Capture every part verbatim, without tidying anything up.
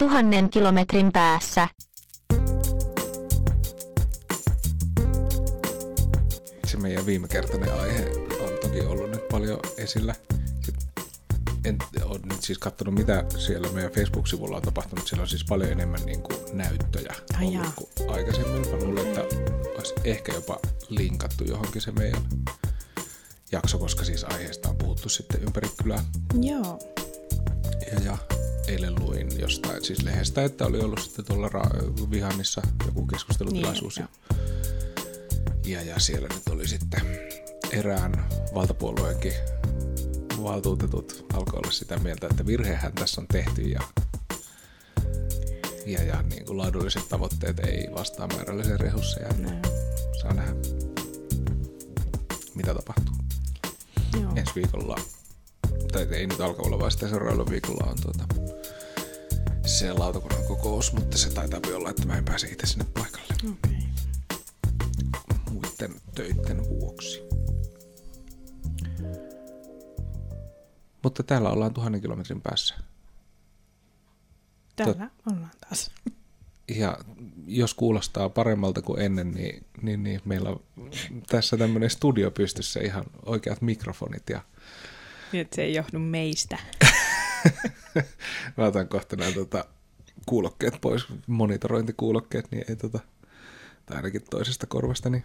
Tuhannen kilometrin päässä. Se meidän viimekertainen aihe on toki ollut nyt paljon esillä. En ole nyt siis katsonut, mitä siellä meidän Facebook-sivulla on tapahtunut. Siellä on siis paljon enemmän niin kuin näyttöjä Ai ollut jaa. kuin aikaisemmin. Mä luulen, että olisi ehkä jopa linkattu johonkin se meidän jakso, koska siis aiheesta on puhuttu sitten ympäri kylää. Joo. Ja, ja eilen luin jostain siis lehdestä, että oli ollut sitten tuolla ra- Vihannissa joku keskustelutilaisuus. Niin, ja, ja, ja siellä nyt oli sitten erään valtapuolueenkin valtuutetut alkoi olla sitä mieltä, että virhehän tässä on tehty ja, ja, ja niin kuin laadulliset tavoitteet ei vastaa määrällisiä resursseja. Näin. Saa nähdä, mitä tapahtuu. Joo. Ensi viikolla, tai ei nyt alkavalla, vaan sitä seuraavalla viikolla on tuota, se lautakunnan kokous, mutta se taitaa olla, että mä en pääse itse sinne paikalle Okei. muiden töiden vuoksi. Mutta täällä ollaan tuhannen kilometrin päässä. Täällä ollaan taas. Ja jos kuulostaa paremmalta kuin ennen, niin, niin, niin meillä on tässä tämmöinen studio pystyssä, ihan oikeat mikrofonit. Ja Niin, että se ei johdu meistä. mä otan kohta nämä tota, kuulokkeet pois, monitorointikuulokkeet, niin ei tota, tai ainakin toisesta korvasta, niin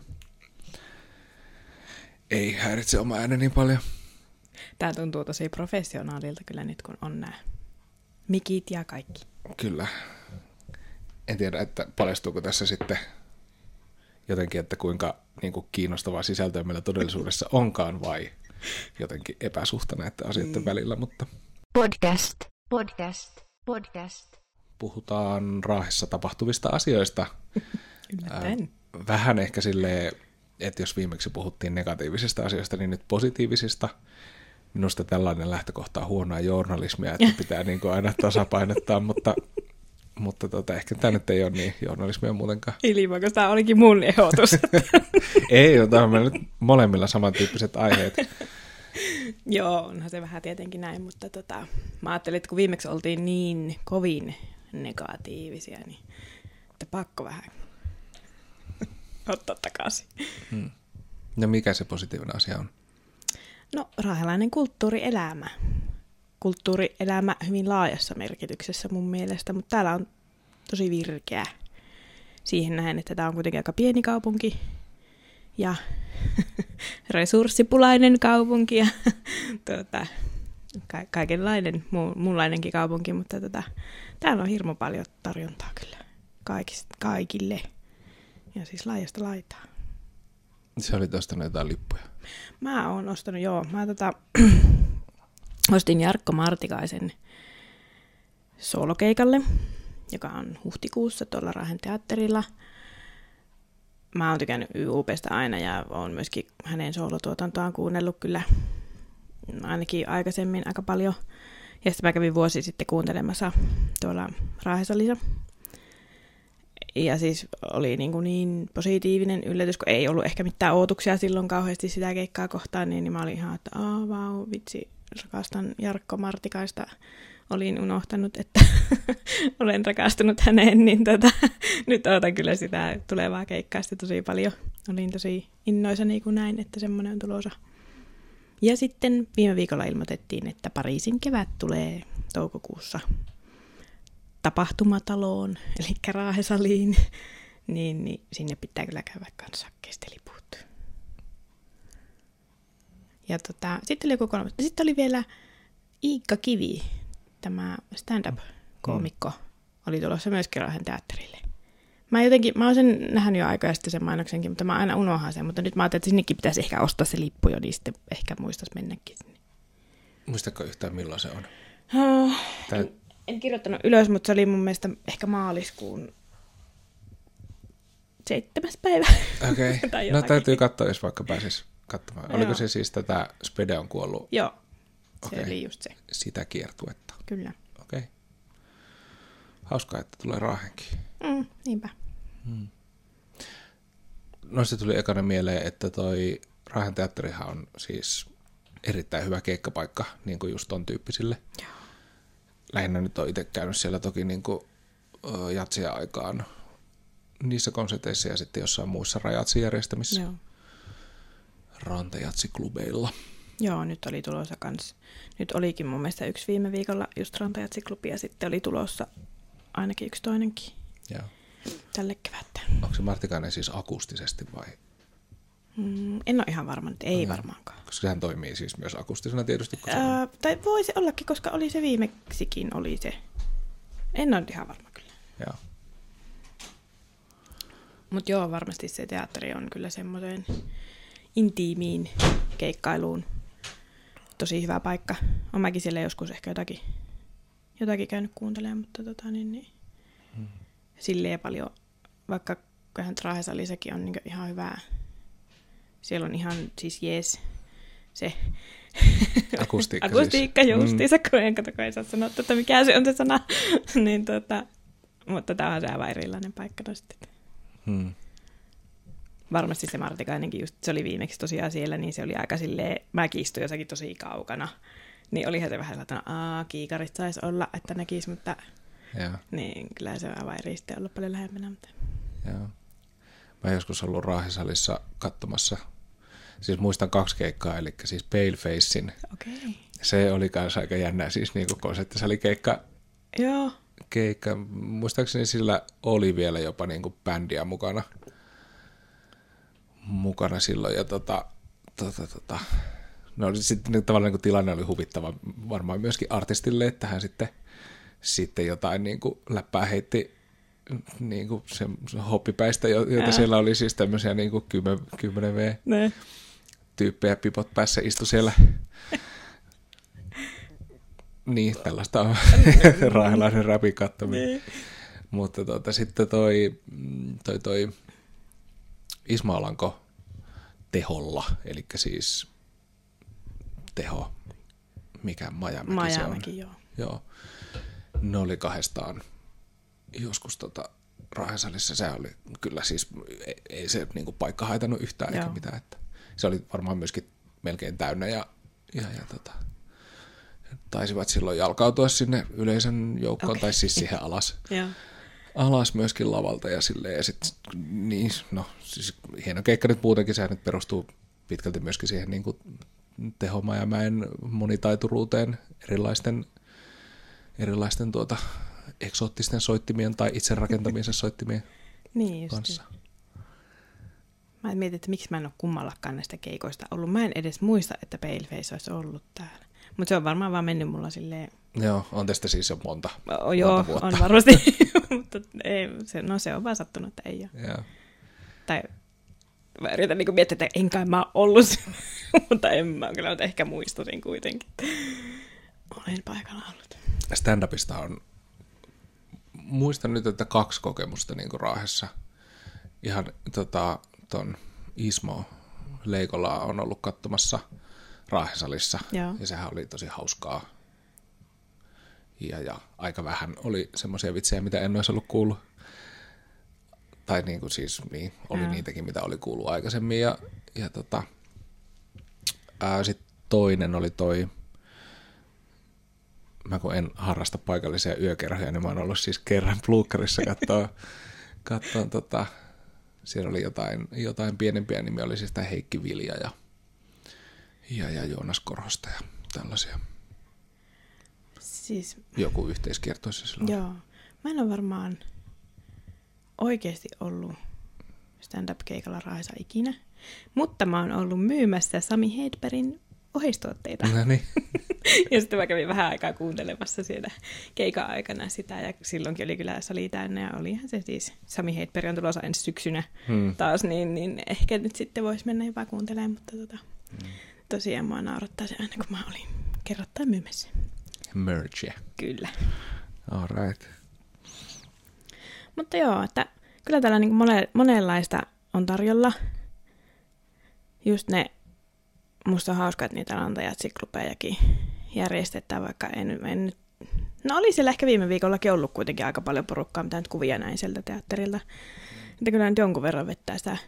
ei häiritse oma ääni niin paljon. Tää tuntuu tosi professionaalilta kyllä nyt, kun on nämä mikit ja kaikki. Kyllä. En tiedä, että paljastuuko tässä sitten jotenkin, että kuinka niin kuin kiinnostavaa sisältöä meillä todellisuudessa onkaan vai jotenkin epäsuhta näiden asioiden mm. välillä, mutta Podcast, podcast, podcast. puhutaan Raahessa tapahtuvista asioista. Yllättäen. Äh, vähän ehkä silleen, että jos viimeksi puhuttiin negatiivisista asioista, niin nyt positiivisista. Minusta tällainen lähtökohta on huonoa journalismia, että pitää niin kuin aina tasapainottaa, mutta, mutta tota, ehkä tämä nyt ei ole niin journalismia muutenkaan. Ilman, koska tämä olikin mun ehdotus. Ei, otetaan me nyt molemmilla samantyyppiset aiheet. Joo, onhan se vähän tietenkin näin, mutta tota, mä ajattelin, että kun viimeksi oltiin niin kovin negatiivisia, niin että pakko vähän ottaa takaisin. Hmm. No mikä se positiivinen asia on? No, raahelainen kulttuurielämä. Kulttuurielämä hyvin laajassa merkityksessä mun mielestä, mutta täällä on tosi virkeä. Siihen nähen, että tämä on kuitenkin aika pieni kaupunki ja resurssipulainen kaupunki ja tuota, ka- kaikenlainen muu- muunlainenkin kaupunki, mutta tota, täällä on hirmu paljon tarjontaa kyllä kaikista, kaikille ja siis laajasta laitaa. Se oli ostanut jotain lippuja. Mä oon ostanut, joo. Mä tota, ostin Jarkko Martikaisen soolokeikalle, joka on huhtikuussa tuolla Raahen teatterilla. Mä oon tykännyt Y U P:stä aina ja oon myöskin hänen soolotuotantoaan kuunnellut kyllä ainakin aikaisemmin aika paljon. Ja sitten mä kävin vuosi sitten kuuntelemassa tuolla Raahesalissa. Ja siis oli niin, kuin niin positiivinen yllätys, kun ei ollut ehkä mitään odotuksia silloin kauheasti sitä keikkaa kohtaan, niin mä olin ihan, että aah, vau, vitsi, rakastan Jarkko Martikaista. Olin unohtanut, että olen rakastunut häneen, niin tota, nyt odotan kyllä sitä tulevaa keikkaa sitten tosi paljon. Olin tosi innoisani, kun näin, että semmoinen on tulossa. Ja sitten viime viikolla ilmoitettiin, että Pariisin kevät tulee toukokuussa tapahtumataloon, eli Raahesaliin, niin, niin sinne pitää kyllä käydä kanssa kesteliput. Ja tota, sitten oli joku kolmas. Sitten oli vielä Iikka Kivi, tämä stand-up-koomikko, oli tulossa myöskin Raahen teatterille. Mä jotenkin, mä oon sen nähnyt jo aikaa sitten sen mainoksenkin, mutta mä aina unohan sen, mutta nyt mä ajattelin, että sinnekin pitäisi ehkä ostaa se lippu jo, niin sitten ehkä muistaisi mennäkin sinne. Muistatko yhtään milloin se on? Oh, Tää... en, en kirjoittanut ylös, mutta se oli mun mielestä ehkä maaliskuun seitsemäs päivä. Okei, okay. No täytyy katsoa, jos vaikka pääsis katsomaan. Oliko se siis tätä Spede on kuollut? Joo, se okay. oli just se. Sitä kiertuetta. Kyllä. Okei. Okay. Hauskaa, että tulee Raahenkin. Mm, niinpä. Hmm. No se tuli ekana mieleen, että toi Raahen teatterihan on siis erittäin hyvä keikkapaikka, niin kuin just ton tyyppisille Joo. lähinnä nyt on itse käynyt siellä toki niin kuin jatsia aikaan niissä konserteissa ja sitten jossain muissa rajatsijärjestämissä. Joo. Rantajatsiklubeilla. Joo, nyt oli tulossa kans. Nyt olikin mun mielestä yksi viime viikolla just Rantajatsiklubi ja sitten oli tulossa ainakin yksi toinenkin. Joo. Tälle kevättä. Onko se Martikainen siis akustisesti vai? Mm, en ole ihan varma, että ei no, varmaankaan. Koska sehän toimii siis myös akustisena tietysti. Kun Ää, on... Tai voisi ollakin, koska oli se viimeksikin oli se. En ole ihan varma kyllä. Joo. Mutta joo, varmasti se teatteri on kyllä semmoiseen intiimiin keikkailuun tosi hyvä paikka. Olen mäkin siellä joskus ehkä jotakin, jotakin käynyt kuuntelemaan, mutta tota, niin, niin. Hmm. silleen paljon, vaikka kyllähän Raahesalissakin on niin ihan hyvää. Siellä on ihan siis jees se akustiikka, akustiikka siis. justiinsa, kun en kato, kun ei saa sanoa, että mikä se on se sana. niin, tota, mutta tämä on se aivan erilainen paikka. No, hmm. Varmasti se Martikainenkin, just, se oli viimeksi tosiaan siellä, niin se oli aika silleen, mäkin istuin jossakin tosi kaukana. Niin olihan se vähän sellainen, aah, kiikarit saisi olla, että näkisi, mutta ja. Niin, kyllä se on aivan eri sitten ollut paljon lähempänä. Mutta... Joo. Mä oon joskus ollut Raahesalissa katsomassa, siis muistan kaksi keikkaa, eli siis Palefacein. Okay. Se oli kanssa aika jännä, siis niin kuin konserttisalikeikka. Joo. Keikka. Muistaakseni sillä oli vielä jopa niin kuin bändiä mukana. Mukana silloin, ja tota, tota, tota. No sitten tavallaan niin kuin tilanne oli huvittava varmaan myöskin artistille, että hän sitten, sitten jotain niin kuin läppää heitti niin kuin se, se hoppipäistä, joita siellä oli siis tämmöisiä niin kuin kymmenen V-tyyppejä pipot päässä istu siellä. Niin, tällaista on raahelaisen räpin kattominen. Mutta tota, sitten toi, toi, toi Ismo Alanko Teholla, eli siis Teho, mikä Majamäki, Majamäki se on. Joo. Joo. Ne oli kahdestaan joskus tota Raahesalissa. Se oli kyllä siis, ei, ei se niinku paikka haitannut yhtään eikä mitään. Että se oli varmaan myöskin melkein täynnä ja, ja, ja tota, taisivat silloin jalkautua sinne yleisön joukkoon, okay. Tai siis siihen alas. Joo. Alas myöskin lavalta ja silleen, ja sitten, niin, no, siis hieno keikka nyt muutenkin, sehän nyt perustuu pitkälti myöskin siihen niin kuin Teho Majamäen monitaituruuteen erilaisten, erilaisten tuota, eksoottisten soittimien tai itse rakentamisen soittimien niin kanssa. Mä mietin, että miksi mä en ole kummallakaan näistä keikoista ollut. Mä en edes muista, että Paleface olisi ollut täällä. Mutta se on varmaan vaan mennyt mulla silleen... Joo, on tästä siis jo monta, o, monta joo, vuotta. on varmasti, mutta ei, se, no se on vaan sattunut, että ei ole. Joo. Tai mä yritän niin miettiä, että en kai mä ole ollut, mutta en mä kyllä, mutta ehkä muistutin kuitenkin. Olen paikalla ollut. Stand-upista on, muistan nyt, että kaksi kokemusta niin kuin Raahessa. Ihan tota, ton Ismo Leikola on ollut katsomassa Raahesalissa. Joo. Ja sehän oli tosi hauskaa. Ja, ja aika vähän oli semmoisia vitsejä, mitä en olisi ollut kuullut. Tai niin kuin siis, niin, oli Joo. niitäkin, mitä oli kuullut aikaisemmin. Ja, ja tota, sitten toinen oli toi, mä kun en harrasta paikallisia yökerhoja, niin mä oon ollut siis kerran Pluukkarissa katsoa, katsoa tota, siellä oli jotain, jotain pienempiä nimiä, oli siis tämä Heikki Vilja ja, ja, ja Joonas Korhosta ja tällaisia. Siis, joku yhteiskiertoissa silloin. Joo. Mä en ole varmaan oikeasti ollut stand-up-keikalla Raahessa ikinä, mutta mä oon ollut myymässä Sami Hedbergin oheistuotteita. No niin. Ja sitten mä kävin vähän aikaa kuuntelemassa siellä keikan aikana sitä, ja silloinkin oli kyllä sali täynnä, ja olihan se siis, Sami Hedberg on tulossa ensi syksynä hmm. taas, niin, niin ehkä nyt sitten voisi mennä jopa kuuntelemaan, mutta tota, hmm. tosiaan mua naurattaa se aina, kun mä olin kerrottain myymässä. Merge. Kyllä. All right. Mutta joo, että kyllä täällä niin mone, monenlaista on tarjolla. Just ne, musta on hauska, että niitä rantajatsiklubejakin järjestetään, vaikka en, en nyt... No oli siellä ehkä viime viikollakin ollut kuitenkin aika paljon porukkaa, mitä nyt kuvia näin sieltä teatterilta. Että kyllä nyt jonkun verran vettää sitä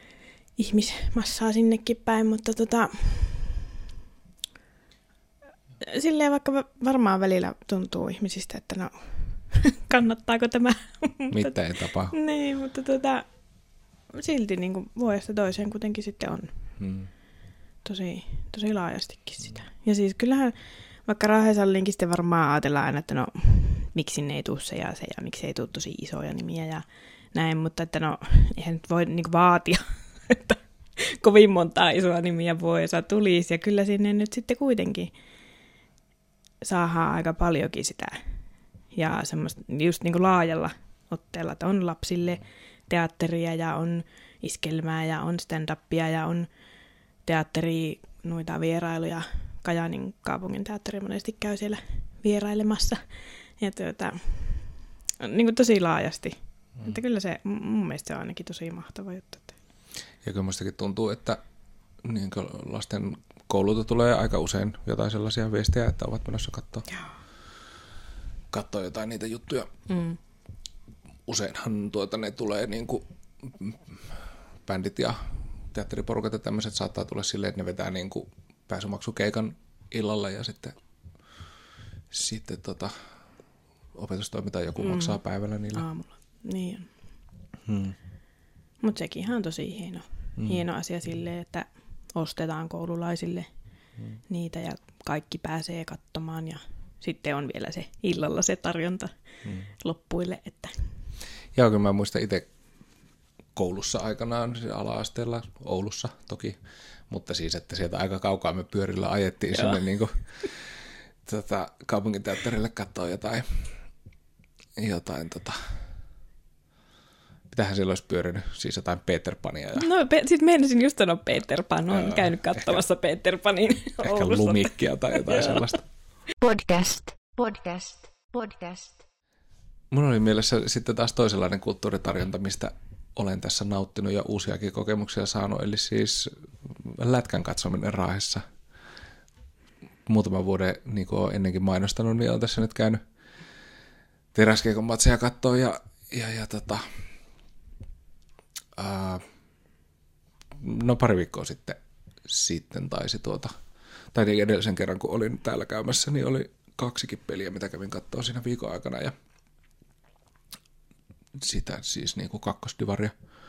ihmismassaa sinnekin päin, mutta tota... silleen vaikka varmaan välillä tuntuu ihmisistä, että no kannattaako tämä. Mitä ei tapahdu. Niin, mutta tota, silti niin kuin vuodesta toiseen kuitenkin sitten on hmm. tosi, tosi laajastikin sitä. Ja siis kyllähän vaikka Raahesalliinkin sitten varmaan ajatellaan aina, että no miksi ne ei tule se ja se ja miksi ei tule tosi isoja nimiä ja näin, mutta että no eihän nyt voi niin kuin vaatia, että kovin montaa isoa nimiä vuodessa tulisi ja kyllä sinne nyt sitten kuitenkin saadaan aika paljonkin sitä ja semmoista just niin kuin laajalla otteella, että on lapsille teatteria ja on iskelmää ja on stand-upia ja on teatteri, noita vierailuja. Kajaanin kaupungin teatteri monesti käy siellä vierailemassa. Ja tuota, niin kuin tosi laajasti. Mm. Että kyllä se, mun mielestä se on ainakin tosi mahtava juttu. Ja kyllä mustakin tuntuu, että niin lasten koululta tulee aika usein jotain sellaisia viestejä, että ovat menossa katsoa, katsoa jotain niitä juttuja. Mm. Useinhan tuota, ne tulee niin kuin bändit ja teatteriporukat ja tämmöiset saattaa tulla silleen, että ne vetää niin kuin pääsymaksukeikan illalla ja sitten, sitten tota, opetustoiminta joku mm. maksaa päivällä niillä. Aamulla, niin on. Hmm. Mutta sekin on tosi hieno, hmm. hieno asia silleen, että ostetaan koululaisille hmm. niitä ja kaikki pääsee katsomaan ja sitten on vielä se illalla se tarjonta hmm. loppuille. Että... Joo, kyllä mä muistan itse koulussa aikanaan, ala-asteella, Oulussa toki, mutta siis, että sieltä aika kaukaa me pyörillä ajettiin sinne niin kuin, tota, kaupunginteatterille katsoa jotain, jotain tota, mitähän siellä olisi pyörinyt, siis jotain Peter Pania. Ja... No, pe- sitten menisin just sanoa Peter Pan, olen käynyt katsomassa ehkä, Peter Panin Oulussa. Ehkä Lumikkia tai jotain sellaista. Podcast, podcast, podcast. Mun oli mielessä sitten taas toisenlainen kulttuuritarjonta, mistä olen tässä nauttinut ja uusiakin kokemuksia saanut, eli siis lätkän katsominen Raahessa. Muutaman vuoden, niin kuin olen ennenkin mainostanut, niin olen tässä nyt käynyt Teräskiekon matseja katsoa ja, ja, ja tota, ää, no pari viikkoa sitten, sitten taisi tuota, tai niin edellisen kerran kun olin täällä käymässä, niin oli kaksikin peliä, mitä kävin katsoa siinä viikon aikana ja sitä siis niin kuin kakkosdivaria.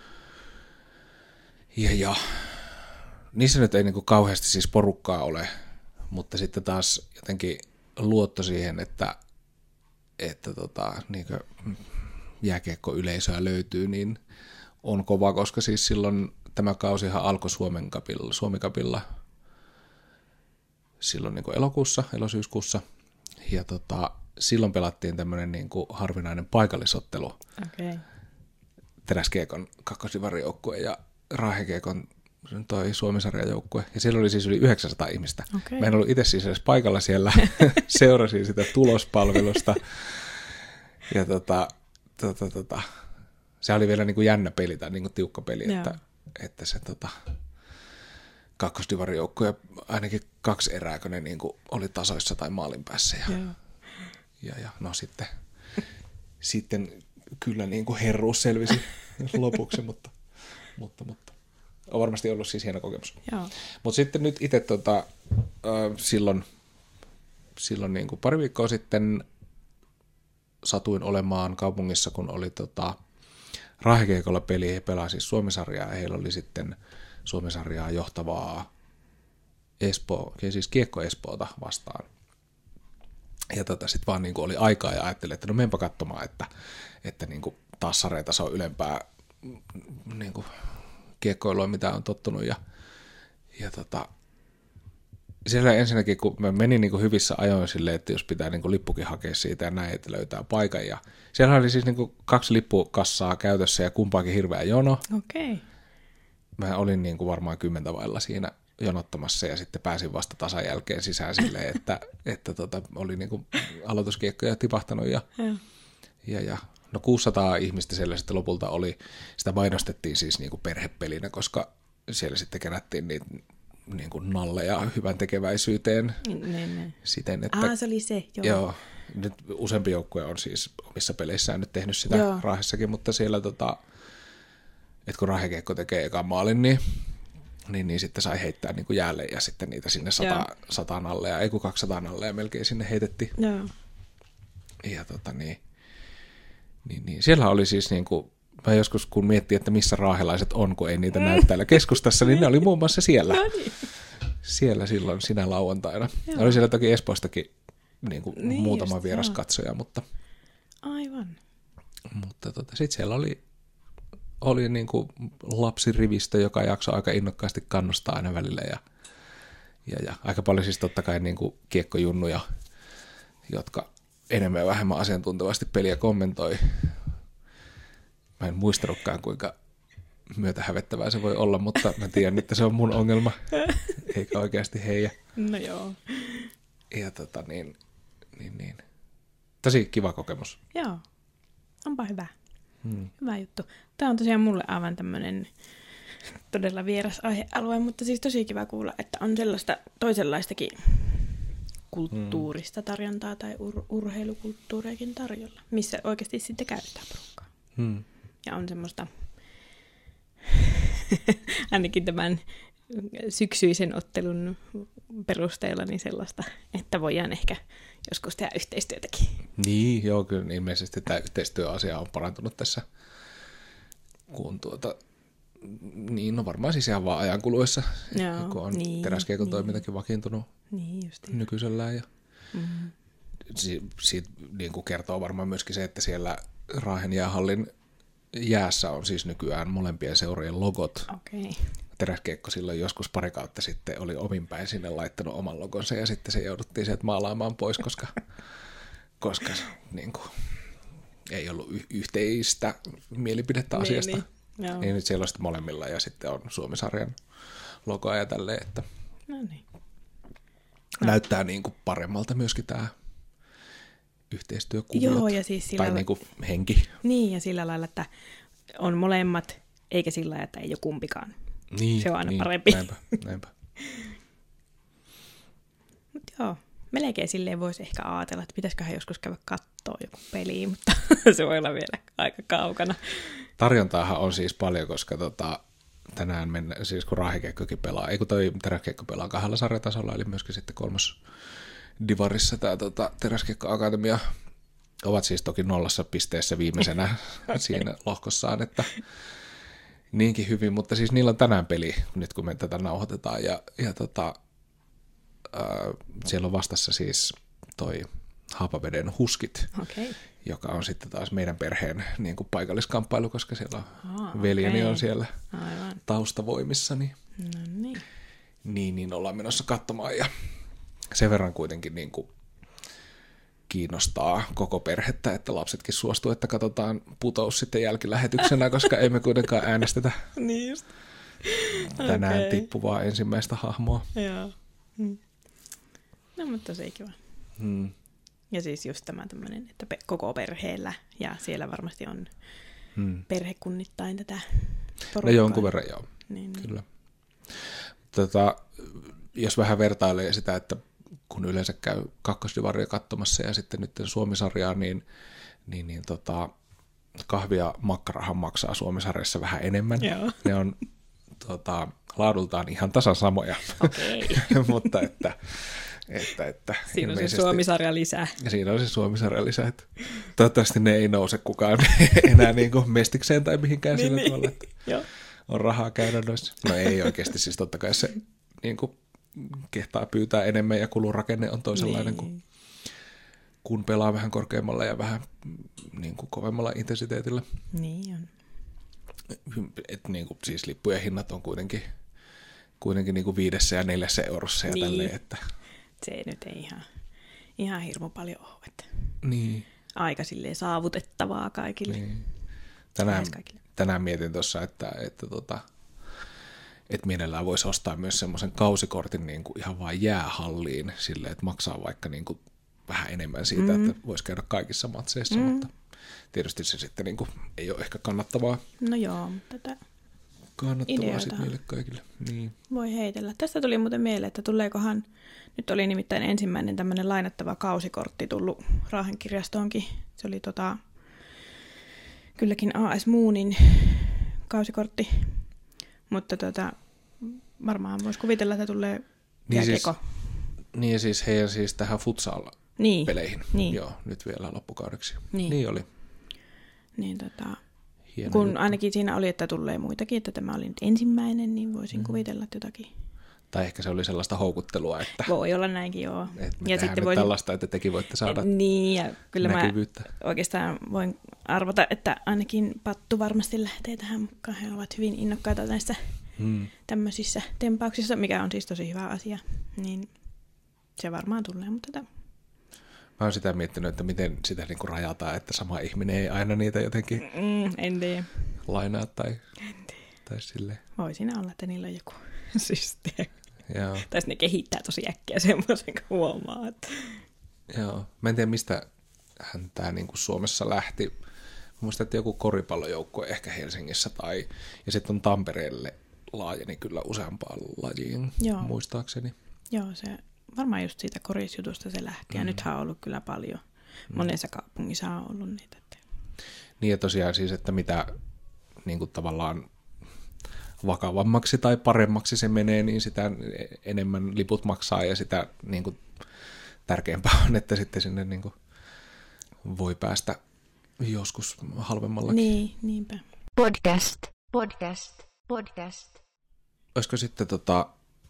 Ja, ja niissä nyt ei niin kuin kauheasti siis porukkaa ole, mutta sitten taas jotenkin luotto siihen, että, että tota, niin kuin jääkiekkoyleisöä löytyy, niin on kova, koska siis silloin tämä kausihan alkoi Suomen kapilla, Suomi-kapilla silloin niin kuin elokuussa, elosyyskuussa. Ja tota, silloin pelattiin tämmöinen niin kuin harvinainen paikallisottelu. Okay. Teräskiekon kakkosdivarijoukkue ja Raahekiekon toi Suomi-sarjan joukkue. Ja siellä oli siis yli yhdeksänsataa ihmistä. Okay. Mä en ollut itse siis edes paikalla siellä. Seurasin sitä tulospalvelusta. Ja tota, tota, tota, se oli vielä niin kuin jännä peli tai niin kuin tiukka peli, että, että se tota, kakkosdivarijoukkue ainakin kaksi erää, kun ne niin kuin oli tasoissa tai maalin päässä. Ja, ja, ja no sitten, sitten kyllä niin kuin herruus selvisi lopuksi, mutta, mutta, mutta on varmasti ollut siis hieno kokemus. Mutta sitten nyt itse tota, äh, silloin, silloin niin kuin pari viikkoa sitten satuin olemaan kaupungissa, kun oli tota, Raahekiekolla peli, he pelasivat siis Suomi-sarjaa, ja heillä oli sitten Suomi-sarjaa johtavaa Espoo, siis Kiekko Espoota vastaan. Ja tota, sitten vaan niin kuin oli aikaa ja ajattelin, että no menpä katsomaan, että, että niin kuin taas sarjataso ylempää niin kuin kiekkoilua, mitä on tottunut. Ja, ja tota, siellä ensinnäkin, kun mä menin niin kuin hyvissä ajoin silleen, että jos pitää niin kuin lippukin hakea siitä ja näin, että löytää paikan. Ja siellä oli siis niin kuin kaksi lippukassaa käytössä ja kumpaakin hirveä jono. Okei. Okay. Mä olin niin kuin varmaan kymmentä vailla siinä jonottamassa ja sitten pääsin vasta tasan jälkeen sisään silleen, että, että tota, oli niin kuin aloituskiekkoja tipahtanut ja, ja, ja no kuusisataa ihmistä siellä sitten lopulta oli. Sitä mainostettiin siis niin kuin perhepelinä, koska siellä sitten kerättiin niitä niin kuin nalleja hyvän tekeväisyyteen. Ne, ne. Siten, että, ah, se oli se, joo. joo. Nyt useampi joukkue on siis omissa peleissään nyt tehnyt sitä joo. Raahessakin, mutta siellä tota, että kun Raahekiekko tekee ekan maalin, niin niin, niin sitten sai heittää niin kuin jäälle ja sitten niitä sinne sata, sataan alle ja ei kun kaksisataan alle ja melkein sinne heitettiin. Joo. Ja tota niin, niin, niin siellä oli siis niin kuin, mä joskus kun miettii, että missä raahelaiset on, kun ei niitä näy täällä keskustassa, niin ne oli muun muassa siellä. No niin. Siellä silloin sinä lauantaina. Joo. Oli siellä toki Espoostakin niin kuin Niin muutama just, vieras joo. katsoja, mutta, Aivan. mutta tota, sitten siellä oli, oli niin kuin lapsirivistö, joka jaksoi aika innokkaasti kannustaa aina välillä ja, ja, ja aika paljon siis totta kai niin kuin kiekkojunnuja, jotka enemmän ja vähemmän asiantuntevasti peliä kommentoi. Mä en muistanutkaan, kuinka myötähävettävää se voi olla, mutta mä tiedän, että se on mun ongelma, eikä oikeasti heidän. No joo. Ja tota niin, niin, niin. Tosi kiva kokemus. Joo. Onpa hyvä. Hmm. Hyvä juttu. Tämä on tosiaan mulle aivan tämmöinen todella vieras aihealue, mutta siis tosi kiva kuulla, että on sellaista toisenlaistakin kulttuurista tarjontaa tai ur- urheilukulttuuriakin tarjolla, missä oikeasti sitten käytetään porukkaa. Hmm. Ja on semmoista, ainakin tämän syksyisen ottelun perusteella, niin sellaista, että voidaan ehkä joskus tehdä yhteistyötäkin. Niin, joo, kyllä ilmeisesti tämä yhteistyöasia on parantunut tässä, kun tuota, niin no varmaan siis ihan vaan ajan kuluessa, Joo, kun on niin, teräskiekon niin. toimintakin vakiintunut Niin justiin. nykyisellään. Ja Mm-hmm. si- siitä niin kuin kertoo varmaan myöskin se, että siellä Raahen jäähallin jäässä on siis nykyään molempien seurojen logot. Okei. Okay. Teräskiekko silloin joskus pari kautta sitten oli ominpäin sinne laittanut oman logonsa ja sitten se jouduttiin sieltä maalaamaan pois, koska, koska niin kuin, ei ollut y- yhteistä mielipidettä asiasta. Niin, niin. Joo. Niin nyt siellä on sitten molemmilla ja sitten on Suomi-sarjan logoa ja tälleen, että No niin. näyttää niin kuin paremmalta myöskin tämä yhteistyökuviot. Joo, ja siis sillä tai la- niin kuin henki. Niin, ja sillä lailla, että on molemmat, eikä sillä lailla, että ei ole kumpikaan. Niin, Se on aina niin, parempi. Näinpä, näinpä. Mut joo, melkein silleen voisi ehkä ajatella, että pitäisiköhän joskus käydä kattoo joku peli, mutta se voi olla vielä aika kaukana. Tarjontaahan on siis paljon, koska tota, tänään mennä, siis kun Raahikiekkokin pelaa, ei kun toi Teräskiekko pelaa kahdella sarjatasolla, eli myöskin sitten kolmas divarissa tämä tota, Teräskiekko Akatemia ovat siis toki nollassa pisteessä viimeisenä siinä lohkossaan, että niinkin hyvin, mutta siis niillä on tänään peli, nyt kun me tätä nauhoitetaan, ja, ja tota, ää, siellä on vastassa siis toi Haapaveden Huskit, Okei. joka on sitten taas meidän perheen niin kuin paikalliskamppailu, koska siellä Aa, on veljeni okei. on siellä Aivan. taustavoimissa, niin, No niin. niin, niin ollaan menossa katsomaan, ja sen verran kuitenkin niin kuin kiinnostaa koko perhettä, että lapsetkin suostuu, että katsotaan putous sitten jälkilähetyksenä, koska emme kuitenkaan äänestetä Niin just. tänään Okei. tippuvaa ensimmäistä hahmoa. Joo. Hmm. No, mutta tosi kiva. Hmm. Ja siis just tämä tämmöinen, että pe- koko perheellä, ja siellä varmasti on Hmm. perhekunnittain tätä No porukkaa. jonkun verran joo, Niin, niin. kyllä. Tota, jos vähän vertailee sitä, että kun yleensä käy kakkosdivaria katsomassa ja sitten nyt Suomi-sarjaa, niin, niin, niin tota, kahvia makkarahan maksaa Suomi-sarjassa vähän enemmän. Joo. Ne on tota, laadultaan ihan tasan samoja, Okei. mutta että, että, että Siinä on se ilmeisesti- Suomi-sarja lisää. ja siinä on se Suomi-sarja lisää. Että toivottavasti ne ei nouse kukaan enää niin kuin mestikseen tai mihinkään Niin, sillä niin. tavalla, että Joo. on rahaa käydä noissa. No ei oikeasti, siis totta kai se niin kuin, kehtaa pyytää enemmän ja kulurakenne on toisenlainen, Niin. kuin, kun pelaa vähän korkeammalla ja vähän niin kuin, kovemmalla intensiteetillä. Niin on. Et, niin kuin, siis lippujen hinnat on kuitenkin, kuitenkin niin kuin viidessä ja neljässä eurossa ja Niin. tälleen, että Se nyt ei ihan, ihan hirmu paljon ole. Että niin, aika silleen saavutettavaa kaikille. niin. Tänään, Lähes kaikille. tänään mietin tuossa, että, että, tota, että mielellään voisi ostaa myös semmoisen kausikortin niin kuin ihan vain jäähalliin silleen, että maksaa vaikka niin kuin vähän enemmän siitä, mm. että voisi käydä kaikissa matseissa, mm. mutta tietysti se sitten niin kuin ei ole ehkä kannattavaa, No joo, mutta tätä kannattavaa Ideoitahan. sitten meille kaikille. Niin. voi heitellä. Tästä tuli muuten mieleen, että tuleekohan, nyt oli nimittäin ensimmäinen tämmöinen lainattava kausikortti tullut Raahen kirjastoonkin. Se oli tota, kylläkin A S Moonin kausikortti, mutta tota, varmaan voisi kuvitella, että tulee niin siis, jääkiekko. niin ja siis heidän siis tähän futsal-peleihin. Niin, niin. Joo, nyt vielä loppukaudeksi. Niin, niin oli. Niin tota, Hieno kun juttu. ainakin siinä oli, että tulee muitakin, että tämä oli nyt ensimmäinen, niin voisin Mm. kuvitella, että jotakin. Tai ehkä se oli sellaista houkuttelua, että, Voi olla näinkin, joo. että me Ja tehdään sitten nyt voisin- tällaista, että tekin voitte saada Niin, ja kyllä näkyvyyttä. mä oikeastaan voin arvata, että ainakin Pattu varmasti lähtee tähän mukaan. He ovat hyvin innokkaita näissä Hmm. tämmöisissä tempauksissa, mikä on siis tosi hyvä asia. Niin se varmaan tulee, mutta tota, Mä oon sitä miettinyt, että miten sitä niinku rajataan, että sama ihminen ei aina niitä jotenkin mm, en tiedä. lainaa tai, En tiedä. tai silleen. Voi siinä olla, että niillä on joku systeemi. Joo, Tai sitten ne kehittää tosi äkkiä semmoisen, kun huomaa. Että... joo. Mä en tiedä, mistä hän tää niinku Suomessa lähti. Muistan, että joku koripallojoukkue ehkä Helsingissä tai... Ja sitten on Tampereelle laajeni kyllä useampaan lajiin, Joo. muistaakseni. Joo, se varmaan just siitä korisjutusta se lähti. Ja Mm. nythän on ollut kyllä paljon. Monessa kaupungissa on ollut niitä. Että... Niin ja tosiaan siis, että mitä niin kuin tavallaan vakavammaksi tai paremmaksi se menee, niin sitä enemmän liput maksaa ja sitä niin kuin tärkeämpää on, että sitten sinne niin kuin voi päästä joskus halvemmallakin. Niin, niinpä. Podcast, podcast, podcast. Olisiko sitten tota,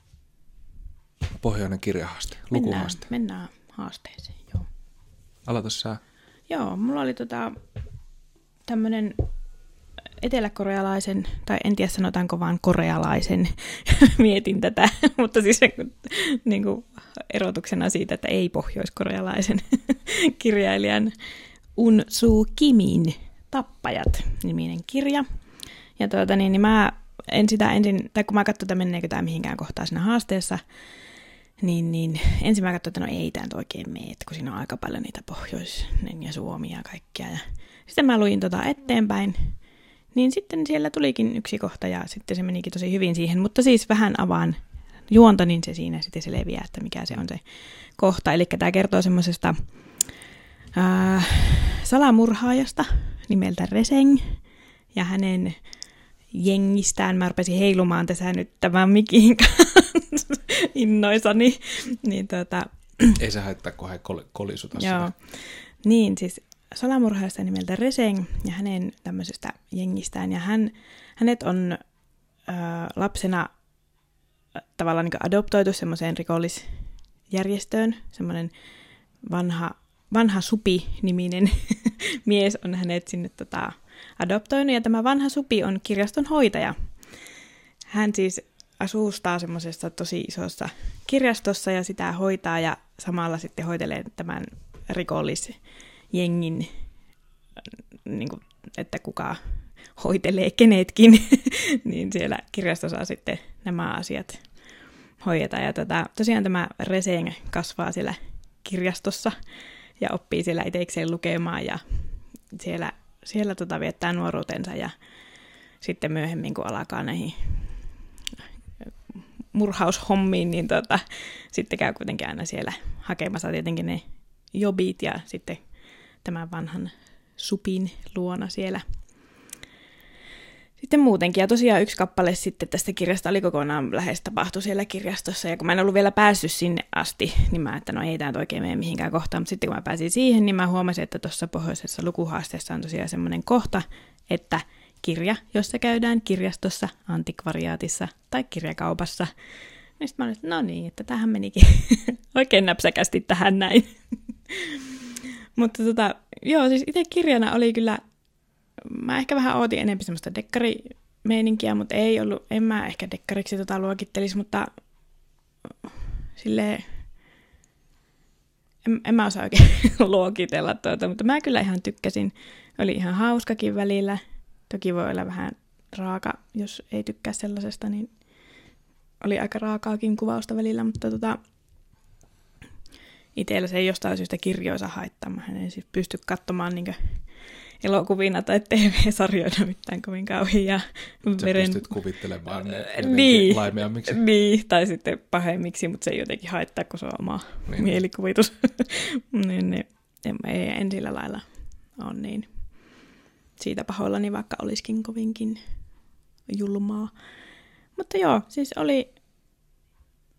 pohjoinen kirjahaaste, Mennään, lukuhaaste? mennään haasteeseen, joo. Aloita sä. Joo, mulla oli tota, tämmönen eteläkorealaisen, tai en tiedä sanotaanko vaan korealaisen, mietin tätä, mutta siis niin kuin erotuksena siitä, että ei pohjoiskorealaisen kirjailijan Un Suu Kimin Tappajat-niminen kirja. Ja tuota, niin, niin mä en sitä ensin, tai kun mä katsoin, että menneekö tämä mihinkään kohtaan siinä haasteessa, niin, niin ensin mä katsoin, että no ei tämä nyt oikein mene, että kun siinä on aika paljon niitä Pohjoinen ja Suomi ja kaikkia. Ja sitten mä luin tota eteenpäin, niin sitten siellä tulikin yksi kohta ja sitten se menikin tosi hyvin siihen, mutta siis vähän avaan juonta, niin se siinä sitten selviää, että mikä se on se kohta. Eli tämä kertoo semmoisesta äh, salamurhaajasta nimeltä Reseng ja hänen jengistään. Mä rupesin heilumaan tässä nyt tämän mikin kanssa innoissani. Niin tota, Ei se haittaa, kun hän kol- kolisuta joo. sitä. Niin, siis salamurhaajasta nimeltä Reseng ja hänen tämmöisestä jengistään. Ja hän, hänet on ö, lapsena tavallaan niin adoptoitu semmoiseen rikollisjärjestöön. Semmoinen vanha, vanha Supi-niminen mies on hänet sinne tota, adoptoinut. Ja tämä vanha Supi on kirjaston hoitaja. Hän siis asustaa semmoisessa tosi isossa kirjastossa ja sitä hoitaa ja samalla sitten hoitelee tämän rikollisjengin, niin kuin, että kuka hoitelee kenetkin, niin siellä kirjastossa sitten nämä asiat hoidetaan. Ja tota, tosiaan tämä Reseng kasvaa siellä kirjastossa ja oppii siellä itsekseen lukemaan ja siellä, siellä tota viettää nuoruutensa ja sitten myöhemmin kun alkaa näihin murhaushommiin, niin tota, sitten käy kuitenkin aina siellä hakemassa tietenkin ne jobit ja sitten tämän vanhan Supin luona siellä. Sitten muutenkin, ja tosiaan yksi kappale sitten tästä kirjasta oli kokonaan lähes tapahtu siellä kirjastossa, ja kun mä en ollut vielä päässyt sinne asti, niin mä että no ei tämä oikein mene mihinkään kohtaan, mutta sitten kun mä pääsin siihen, niin mä huomasin, että tuossa pohjoisessa lukuhaasteessa on tosiaan semmoinen kohta, että kirja, jossa käydään kirjastossa, antikvariaatissa tai kirjakaupassa. Ja sitten mä olin, että no niin, että tähän menikin oikein näpsäkästi tähän näin. Mutta tota, joo, siis itse kirjana oli kyllä, mä ehkä vähän ootin enemmän semmoista dekkarimeininkiä, mutta ei ollut, en mä ehkä dekkariksi tota luokittelisi, mutta silleen, en, en mä osaa oikein luokitella tuota, mutta mä kyllä ihan tykkäsin. Oli ihan hauskakin välillä. Toki voi olla vähän raaka, jos ei tykkää sellaisesta, niin oli aika raakaakin kuvausta välillä, mutta tota, itsellä se ei jostain syystä kirjoisa haittaa. Mä en siis pysty katsomaan niin elokuvina tai T V-sarjoina mitään kovin kauhean. Sä veren... pystyt kuvittelemaan ne niin, laimeammiksi. Niin, tai sitten pahemmiksi, mutta se ei jotenkin haittaa, kun se on oma niin. mielikuvitus. niin, niin, en, ei, en sillä lailla ole niin siitä pahoillani, vaikka olisikin kovinkin julmaa. Mutta joo, siis oli,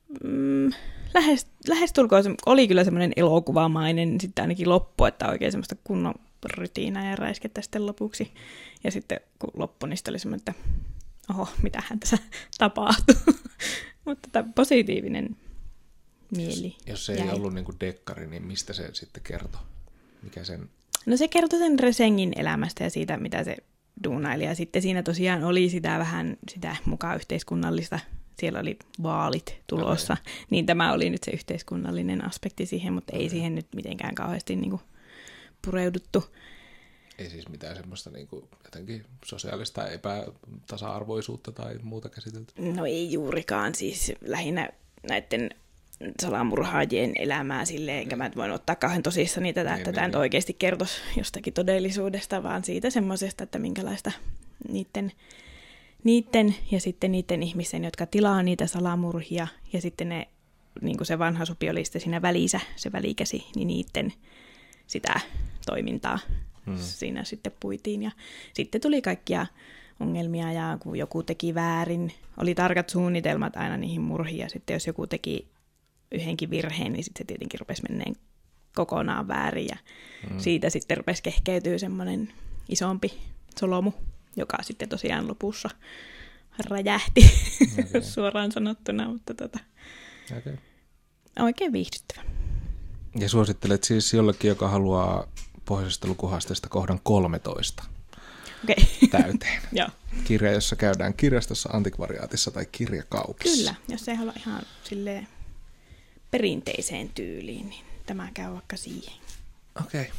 mm, lähes, lähestulkoon se oli kyllä semmoinen elokuvamainen sitten ainakin loppu, että oikein semmoista kunnon rytiinää ja räiskettä sitten lopuksi. Ja sitten kun loppui, niin sitten oli semmoinen, että oho, mitähän tässä tapahtuu. Mutta tämä positiivinen mieli. Jos, jos se ei jäi. ollut niin kuin dekkari, niin mistä se sitten kertoi? Mikä sen... No se kertoi sen Resengin elämästä ja siitä, mitä se duunaili. Ja sitten siinä tosiaan oli sitä vähän sitä mukaan yhteiskunnallista. Siellä oli vaalit tulossa. Okay. Niin tämä oli nyt se yhteiskunnallinen aspekti siihen, mutta okay. ei siihen nyt mitenkään kauheasti niin kuin pureuduttu. Ei siis mitään semmoista niin kuin jotenkin sosiaalista epätasa-arvoisuutta tai muuta käsitelty? No ei juurikaan, siis lähinnä näiden salamurhaajien elämää silleen, enkä mä voin ottaa kauhean tosissani tätä, niin, että niin, tämä niin. oikeasti kertoisi jostakin todellisuudesta, vaan siitä semmoisesta, että minkälaista niiden, niiden ja sitten niiden ihmisten, jotka tilaa niitä salamurhia ja sitten ne, niin kuin se vanha supi oli sitten siinä välissä, se välikäsi, niin niiden sitä toimintaa. Hmm. Siinä sitten puitiin ja sitten tuli kaikkia ongelmia ja kun joku teki väärin, oli tarkat suunnitelmat aina niihin murhiin ja sitten jos joku teki yhdenkin virheen, niin sitten se tietenkin rupesi menneen kokonaan väärin ja hmm. siitä sitten rupesi kehkeytyä semmoinen isompi solomu, joka sitten tosiaan lopussa räjähti okay. suoraan sanottuna, mutta tota, okay. oikein viihdyttävä. Ja suosittelet siis jollekin, joka haluaa pohjoisesta lukuhaasteesta kohdan kolmetoista okay. täyteen. Joo. Kirja, jossa käydään kirjastossa, antikvariaatissa tai kirjakaupassa. Kyllä, jos ei halua ihan silleen perinteiseen tyyliin, niin tämä käy vaikka siihen. Okei. Okay.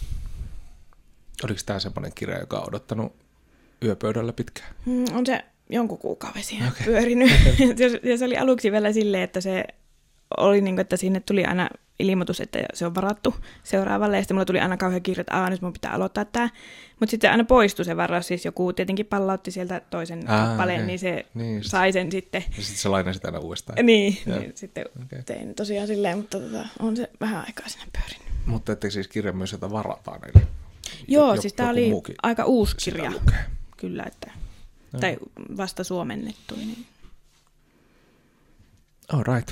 Oliko tämä semmoinen kirja, joka on odottanut yöpöydällä pitkään? Mm, on se jonkun kuukauden siihen okay. pyörinyt. Ja se oli aluksi vielä silleen, että se oli niin kuin, että sinne tuli aina ilmoitus, että se on varattu seuraavalle, ja sitten mulla tuli aina kauhean kirja, että aah, nyt mun pitää aloittaa tämä. Mutta sitten aina poistui se varaus, siis joku tietenkin pallautti sieltä toisen Aa, kappaleen, okay. niin se niin, sai sen sitten. Ja sitten se lainasi aina uudestaan. Niin, niin sitten okay. tein tosiaan silleen, mutta tota, on se vähän aikaa sinne pyörinyt. Mutta ettei siis kirja myös, jota varataan? Eli Joo, jo, siis tämä oli aika uusi kirja. Lukee. Kyllä, että, no. tai vasta suomennettu. Niin. All right.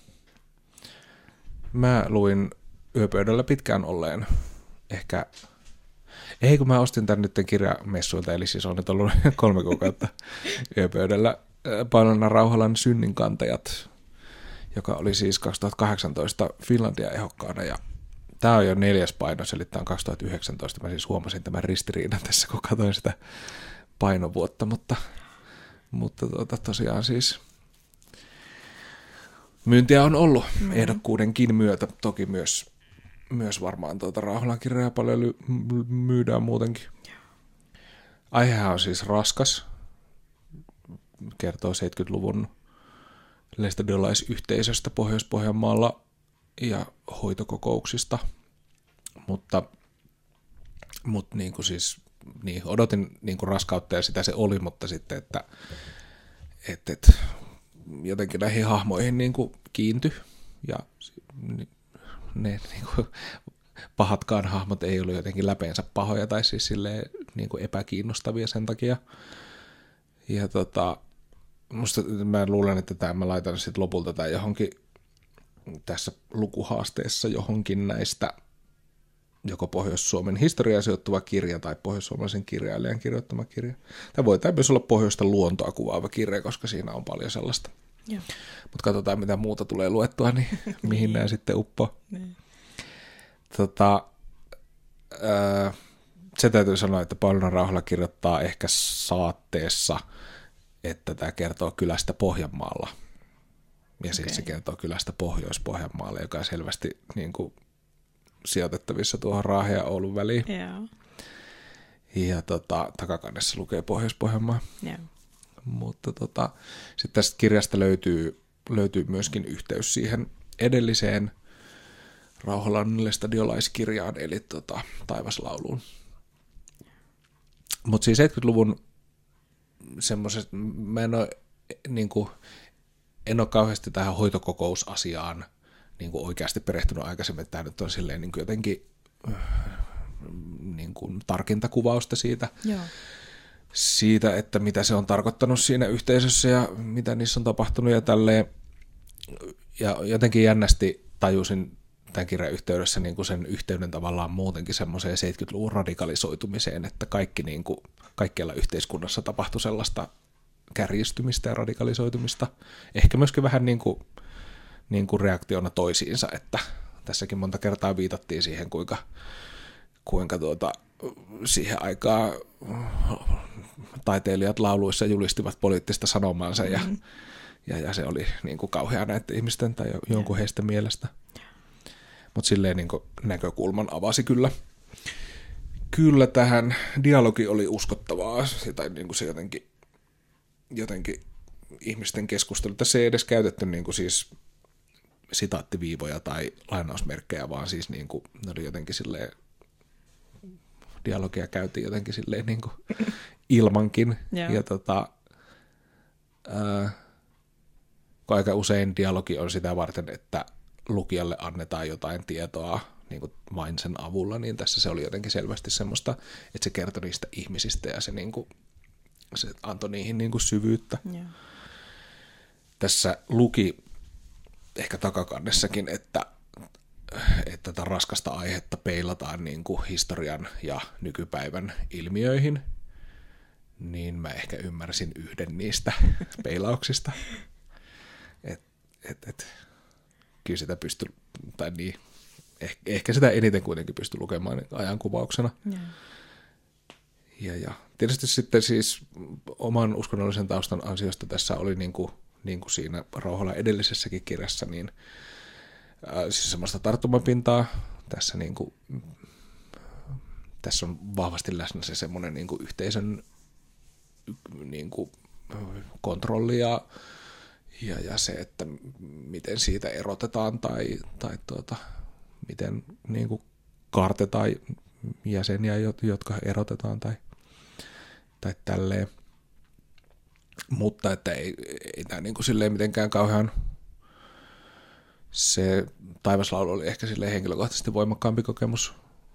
Mä luin yöpöydällä pitkään olleen ehkä, ei kun mä ostin tän nyt kirjamessuilta, eli siis on nyt ollut kolme kuukautta yöpöydällä Paulina Rauhalan Synninkantajat, joka oli siis kaksituhattakahdeksantoista Finlandia ehokkaana, ja tää on jo neljäs painos, eli tää on kaksituhattayhdeksäntoista, mä siis huomasin tämän ristiriidan tässä, kun katsoin sitä painovuotta, mutta, mutta tuota, tosiaan siis myyntiä on ollut mm-hmm. ehdokkuudenkin myötä, toki myös, myös varmaan tuota Rauhalan kirjaa paljon ly- myydään muutenkin. Aihehan on siis raskas, kertoo seitsemänkymmentäluvun lestadiolaisyhteisöstä Pohjois-Pohjanmaalla ja hoitokokouksista, mutta, mutta niin kuin siis, niin, odotin niin kuin raskautta ja sitä se oli, mutta sitten, että, että, että jotenkin näihin hahmoihin niin kuin kiintyi ja ne niin kuin pahatkaan hahmot ei ollut jotenkin läpeensä pahoja tai siis silleen niin kuin epäkiinnostavia sen takia. Ja tota, musta mä luulen, että tämä mä laitan sitten lopulta tai johonkin tässä lukuhaasteessa johonkin näistä joko Pohjois-Suomen historiaa sijoittuva kirja tai pohjois-suomalaisen kirjailijan kirjoittama kirja. Tämä voi myös olla pohjoista luontoa kuvaava kirja, koska siinä on paljon sellaista. Mutta katsotaan, mitä muuta tulee luettua, niin mihin nämä sitten uppoo. Tota, öö, se täytyy sanoa, että Paulina Rauhala kirjoittaa ehkä saatteessa, että tämä kertoo kylästä Pohjanmaalla. Ja okay. sitten se kertoo kylästä Pohjois-Pohjanmaalle, joka on selvästi niin kuin sijoitettavissa tuohon Raahen ja Oulun väliin. Yeah. Ja tota, takakannessa lukee Pohjois-Pohjanmaa. Yeah. Mutta tota, sitten tästä kirjasta löytyy, löytyy myöskin yhteys siihen edelliseen Rauhalan lestadiolaiskirjaan, eli tota, Taivaslauluun. Mutta siis seitsemänkymmentäluvun semmoiset, mä en ole, niin kuin, en ole kauheasti tähän hoitokokousasiaan niin kuin oikeasti perehtynyt aikaisemmin, että tämä nyt on silleen niin kuin jotenkin niin kuin tarkinta kuvausta siitä, Joo. siitä, että mitä se on tarkoittanut siinä yhteisössä ja mitä niissä on tapahtunut ja tälleen. ja jotenkin jännästi tajusin tämän kirjan yhteydessä niin kuin sen yhteyden tavallaan muutenkin semmoiseen seitsemänkymmentäluvun radikalisoitumiseen, että kaikki niin kuin, kaikkialla yhteiskunnassa tapahtui sellaista kärjistymistä ja radikalisoitumista. Ehkä myöskin vähän niin kuin, niin kuin reaktiona toisiinsa, että tässäkin monta kertaa viitattiin siihen, kuinka, kuinka tuota, siihen aikaan taiteilijat lauluissa julistivat poliittista sanomaansa ja, mm-hmm. ja, ja se oli niin kuin kauhea näiden ihmisten tai jonkun heistä mielestä. Mutta silleen niin kuin näkökulman avasi kyllä. Kyllä tähän dialogi oli uskottavaa, tai niin kuin se jotenkin, jotenkin ihmisten keskustelu. Tässä ei edes käytetty niin kuin siis sitaattiviivoja tai lainausmerkkejä, vaan siis niin kuin, ne oli jotenkin silleen, dialogia käytiin jotenkin silleen niin kuin ilmankin. Yeah. Ja tota, ää, aika usein dialogi on sitä varten, että lukijalle annetaan jotain tietoa niin kuin vain sen avulla, niin tässä se oli jotenkin selvästi semmoista, että se kertoi niistä ihmisistä ja se, niin kuin, se antoi niihin niin kuin syvyyttä. Yeah. Tässä luki ehkä takakannessakin, että, että tätä raskasta aihetta peilataan niin kuin historian ja nykypäivän ilmiöihin, niin mä ehkä ymmärsin yhden niistä peilauksista. Et, et, et, kyllä sitä pystyi, tai niin, ehkä, ehkä sitä eniten kuitenkin pystyi lukemaan ajankuvauksena. Yeah. Ja, ja tietysti sitten siis oman uskonnollisen taustan ansiosta tässä oli niin kuin, niin kuin siinä Rauhala edellisessäkin kirjassa, niin ää, siis semmoista tarttumapintaa. Tässä, niin kuin, tässä on vahvasti läsnä se semmoinen niin kuin yhteisön niin kuin kontrolli ja, ja, ja se, että miten siitä erotetaan tai, tai tuota, miten niin kuin kaartetaan jäseniä, jotka erotetaan tai, tai tälleen. Mutta että ei, ei tämä niin kuin silleen mitenkään kauhean, se Taivaslaulu oli ehkä silleen henkilökohtaisesti voimakkaampi kokemus,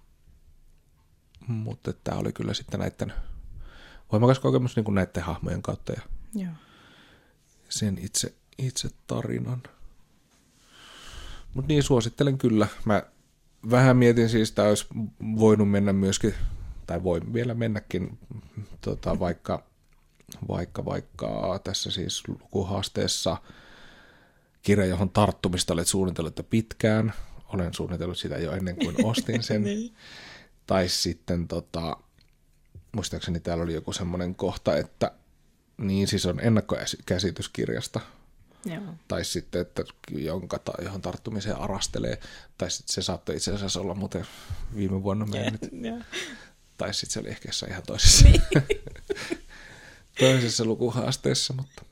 mutta tämä oli kyllä sitten näiden voimakas kokemus niin kuin näiden hahmojen kautta ja Joo. sen itse, itse tarinan. Mutta niin suosittelen kyllä. Mä vähän mietin siis, että olisi voinut mennä myöskin, tai voi vielä mennäkin, tota, vaikka, vaikka, vaikka tässä siis lukuhaasteessa kirja, johon tarttumista olet suunnitellut jo pitkään. Olen suunnitellut sitä jo ennen kuin ostin sen. niin. Tai sitten, tota, muistaakseni täällä oli joku semmoinen kohta, että niin siis on ennakkokäsitys kirjasta. Joo. Tai sitten, että jonka, johon tarttumiseen arastelee. Tai sitten se saattoi itse asiassa olla muuten viime vuonna mennyt. Yeah, yeah. Tai sitten se oli ehkä jossain ihan toisessa, niin. toisessa lukuhaasteessa, mutta,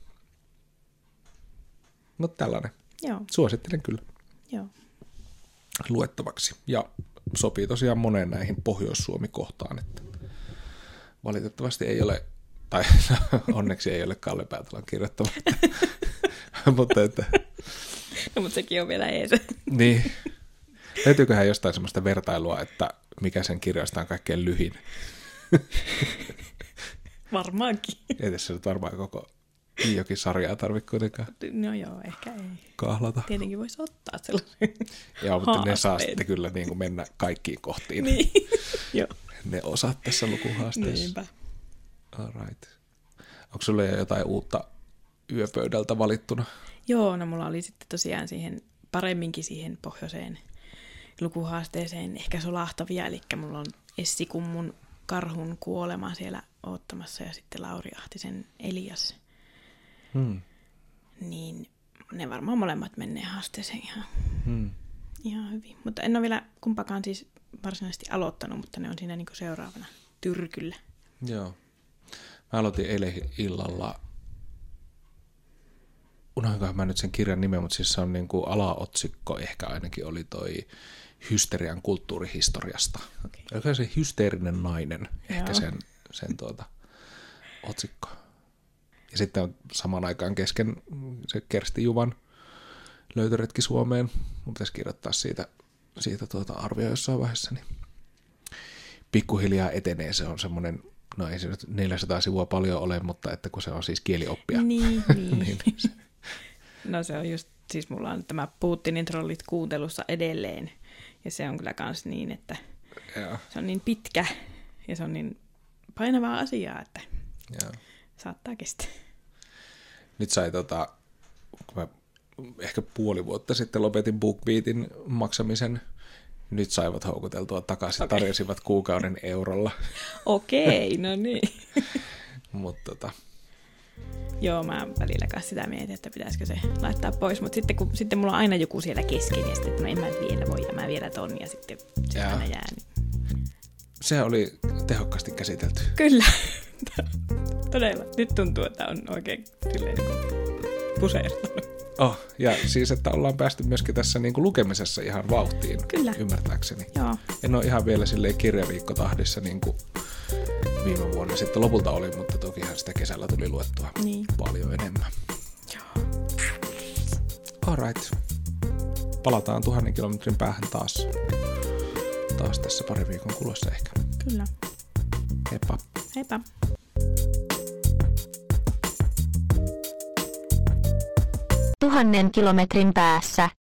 mutta tällainen. Joo. Suosittelen kyllä Joo. luettavaksi. Ja sopii tosiaan moneen näihin Pohjois-Suomi-kohtaan, että valitettavasti ei ole, tai onneksi ei ole Kalle Päätalon kirjoittama. mutta että, no mutta sekin on vielä ees. niin. Löytyyköhän jostain semmoista vertailua, että mikä sen kirjoista on kaikkein lyhin? Varmaankin. Ei tässä nyt varmaan koko jokin sarjaa tarvitse kuitenkaan. No joo, ehkä ei. Kahlata. Tietenkin voisi ottaa sellaisen joo, mutta haasteen. Ne saa sitten kyllä niin kuin mennä kaikkiin kohtiin. niin. joo. Ne osat tässä lukuhaasteessa. Niinpä. All right. Onko sulla jotain uutta yöpöydältä valittuna? Joo, no mulla oli sitten tosiaan siihen paremminkin siihen pohjoiseen lukuhaasteeseen ehkä solahtavia, eli mulla on Essi Kummun Karhun kuolema siellä oottamassa ja sitten Lauri Ahtisen Elias. Hmm. Niin ne varmaan molemmat menee haasteeseen ihan, hmm. ihan hyvin. Mutta en ole vielä kumpakaan siis varsinaisesti aloittanut, mutta ne on siinä niinku seuraavana tyrkyllä. Joo. Mä aloitin eilen illalla, unohdinkohan mä nyt sen kirjan nimen, mutta siis se on niin kuin alaotsikko, ehkä ainakin oli toi hysterian kulttuurihistoriasta. Okay. Oliko se hysteerinen nainen, Joo. ehkä sen, sen tuota, otsikko. Ja sitten on samaan aikaan kesken se Kersti Juvan löytöretki Suomeen. Mun pitäisi kirjoittaa siitä, siitä tuota arvio jossain vaiheessa. Niin pikkuhiljaa etenee, se on semmoinen, no ei se nyt neljäsataa sivua paljon ole, mutta että kun se on siis kielioppia. Niin, niin. niin se. No se on just siis mulla on tämä Putinin trollit kuuntelussa edelleen. Ja se on kyllä kans niin, että Joo. se on niin pitkä ja se on niin painavaa asiaa, että Joo. saattaa kestää. Nyt sai tota, kun mä ehkä puoli vuotta sitten lopetin BookBeatin maksamisen, nyt saivat houkuteltua takaisin, okay. Tarjosivat kuukauden eurolla. Okei, no niin. Mutta tota. Joo, mä välillä kanssa sitä mietin, että pitäisikö se laittaa pois, mutta sitten, kun, sitten mulla on aina joku siellä kesken, ja sitten, että no en mä vielä voi, ja mä vielä ton, ja sitten se Jaa. aina jää. Niin. Se oli tehokkaasti käsitelty. Kyllä, todella. Nyt tuntuu, että on oikein silleen niin puseertanut. Oh, ja siis, että ollaan päästy myöskin tässä niin kuin lukemisessa ihan vauhtiin, Kyllä. Ymmärtääkseni. Joo. En ole ihan vielä silleen kirjaviikkotahdissa niin kuin viime vuonna sitten lopulta oli, mutta tokihan sitä kesällä tuli luettua Niin. paljon enemmän. Joo. Alright. Palataan tuhannen kilometrin päähän taas. Taas tässä pari viikon kuluessa ehkä. Kyllä. Heippa. Heippa. Tuhannen kilometrin päässä.